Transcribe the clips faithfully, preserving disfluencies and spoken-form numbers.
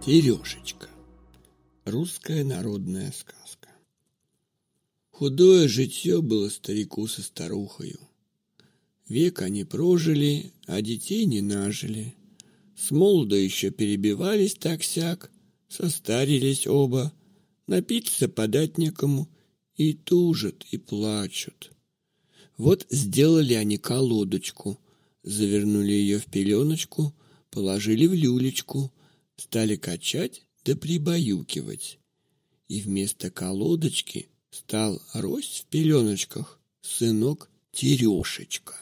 Терешечка. Русская народная сказка. Худое житье было старику со старухою. Век они прожили, а детей не нажили. Смолоду еще перебивались так-сяк, состарились оба, напиться подать некому, и тужат, и плачут. Вот сделали они колодочку, завернули ее в пеленочку, положили в люлечку, стали качать да прибаюкивать. И вместо колодочки стал рось в пеленочках сынок Терешечка.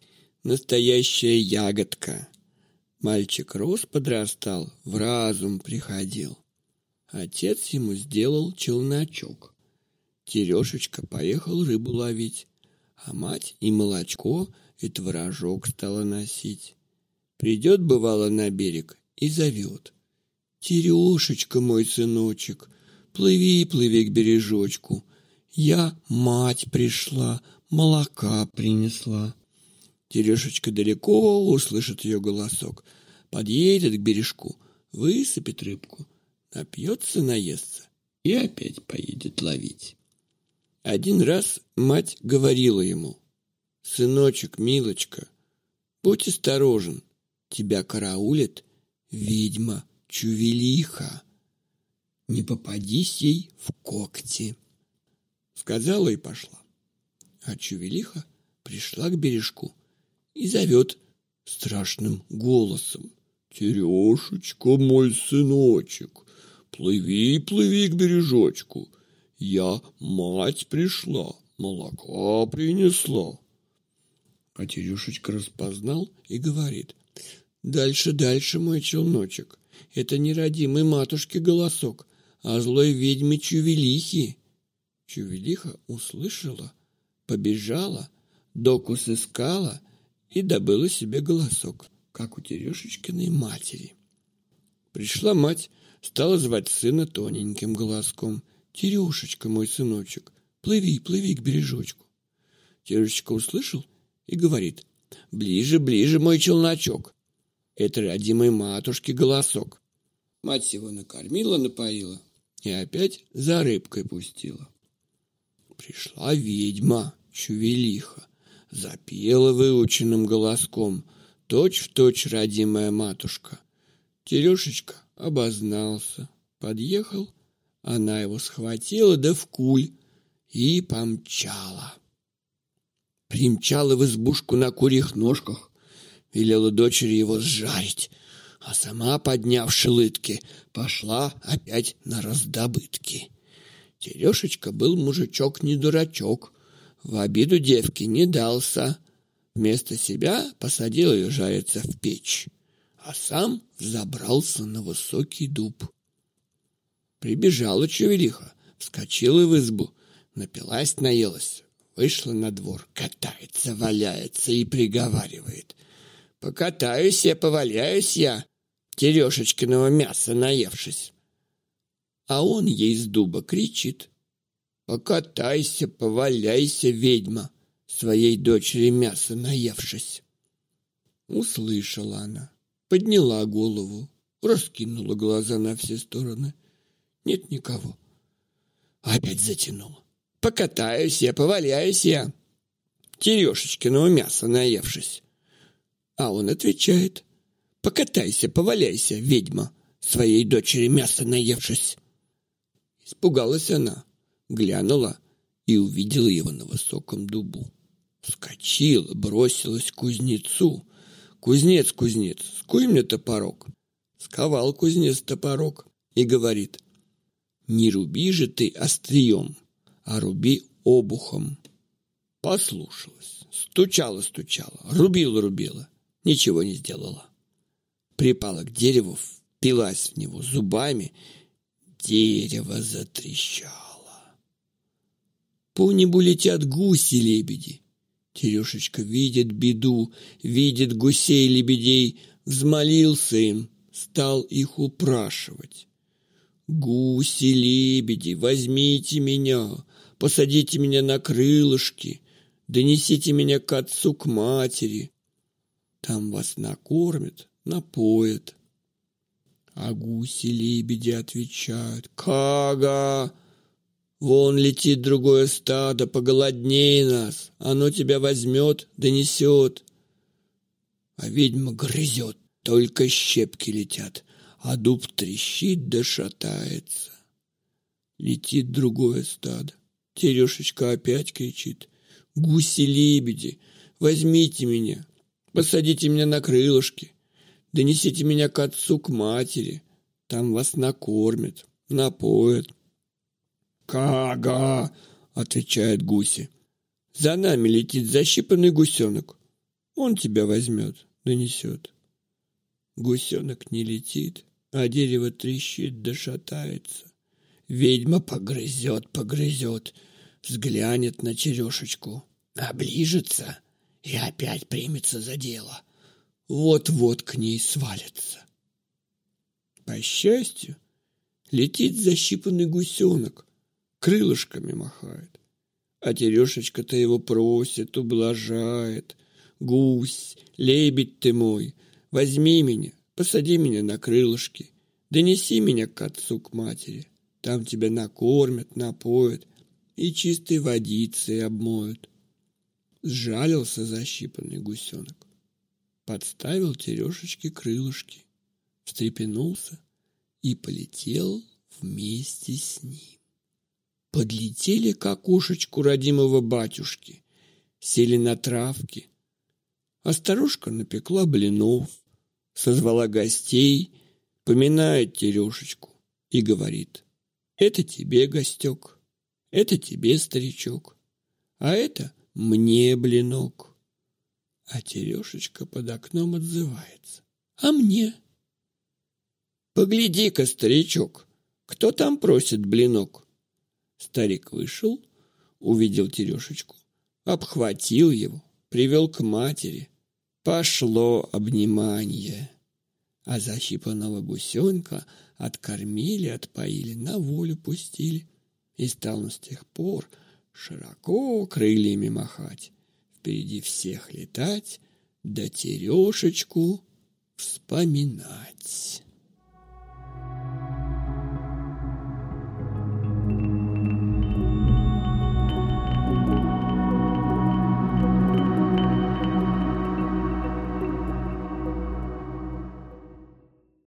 Настоящая ягодка. Мальчик рос, подрастал, в разум приходил. Отец ему сделал челночок. Терешечка поехал рыбу ловить, а мать и молочко, и творожок стала носить. Придет, бывало, на берег и зовет: «Терешечка, мой сыночек, плыви, плыви к бережочку. Я, мать, пришла, молока принесла». Терешечка далеко услышит ее голосок, подъедет к бережку, высыпет рыбку, напьется, наестся и опять поедет ловить. Один раз мать говорила ему: «Сыночек, милочка, будь осторожен, тебя караулит ведьма Чувелиха. Не попадись ей в когти». Сказала и пошла. А Чувелиха пришла к бережку и зовет страшным голосом: «Терешечка, мой сыночек, плыви, плыви к бережочку. Я, мать, пришла, молока принесла». А Терешечка распознал и говорит: «Дальше, дальше, мой челночек, это не родимый матушки голосок, а злой ведьмы Чувелихи». Чувелиха услышала, побежала, доку сыскала и добыла себе голосок, как у Терешечкиной матери. Пришла мать, стала звать сына тоненьким голоском: «Терешечка, мой сыночек, плыви, плыви к бережочку». Терешечка услышал и говорит: «Ближе, ближе, мой челночок, это родимой матушки голосок». Мать его накормила, напоила и опять за рыбкой пустила. Пришла ведьма Чувелиха, запела выученным голоском, точь-в-точь родимая матушка. Терешечка обознался, подъехал, она его схватила да в куль и помчала. Примчала в избушку на курьих ножках, велела дочери его сжарить, а сама, поднявши лытки, пошла опять на раздобытки. Терешечка был мужичок не дурачок, в обиду девке не дался. Вместо себя посадил ее жариться в печь, а сам взобрался на высокий дуб. Прибежала Чувелиха, вскочила в избу, напилась, наелась, вышла на двор, катается, валяется и приговаривает: «Покатаюсь я, поваляюсь я, Терешечкиного мяса наевшись». А он ей с дуба кричит: «Покатайся, поваляйся, ведьма, своей дочери мясо наевшись». Услышала она, подняла голову, раскинула глаза на все стороны. Нет никого. Опять затянула: «Покатаюсь я, поваляюсь я, Терешечкиного мяса наевшись». А он отвечает: «Покатайся, поваляйся, ведьма, своей дочери мясо наевшись». Испугалась она, глянула и увидела его на высоком дубу. Вскочила, бросилась к кузнецу. «Кузнец, кузнец, скуй мне топорок». Сковал кузнец топорок и говорит: «Не руби же ты острием, а руби обухом». Послушалась, стучала-стучала, рубила-рубила, ничего не сделала. Припала к дереву, впилась в него зубами, дерево затрещало. По небу летят гуси-лебеди. Терешечка видит беду, видит гусей-лебедей, взмолился им, стал их упрашивать: «Гуси-лебеди, возьмите меня, посадите меня на крылышки, донесите меня к отцу, к матери. Там вас накормят, напоят». А гуси-лебеди отвечают: «Кага! Вон летит другое стадо, поголоднее нас, оно тебя возьмет, донесет». А ведьма грызет, только щепки летят, а дуб трещит да шатается. Летит другое стадо. Терешечка опять кричит: «Гуси-лебеди, возьмите меня, посадите меня на крылышки, донесите меня к отцу, к матери, там вас накормят, напоят». «Кага!» — отвечает гуси. «За нами летит защипанный гусенок, он тебя возьмет, донесет». Гусенок не летит, а дерево трещит да шатается. Ведьма погрызет, погрызет, взглянет на Терешечку, оближется и опять примется за дело. Вот-вот к ней свалится. По счастью, летит защипанный гусенок, крылышками махает. А Терешечка-то его просит, ублажает: «Гусь, лебедь ты мой, возьми меня, посади меня на крылышки, донеси меня к отцу, к матери. Там тебя накормят, напоят и чистой водицей обмоют». Сжалился защипанный гусенок, подставил Терешечке крылышки, встрепенулся и полетел вместе с ним. Подлетели к окошечку родимого батюшки, сели на травке, а старушка напекла блинов, созвала гостей, поминает Терешечку и говорит: «Это тебе, гостек, это тебе, старичок, а это мне блинок». А Терешечка под окном отзывается: «А мне?» «Погляди-ка, старичок, кто там просит блинок?» Старик вышел, увидел Терешечку, обхватил его, привел к матери. Пошло обнимание. А защипанного гусенка откормили, отпоили, на волю пустили. И стал он с тех пор широко крыльями махать, впереди всех летать, да Терешечку вспоминать.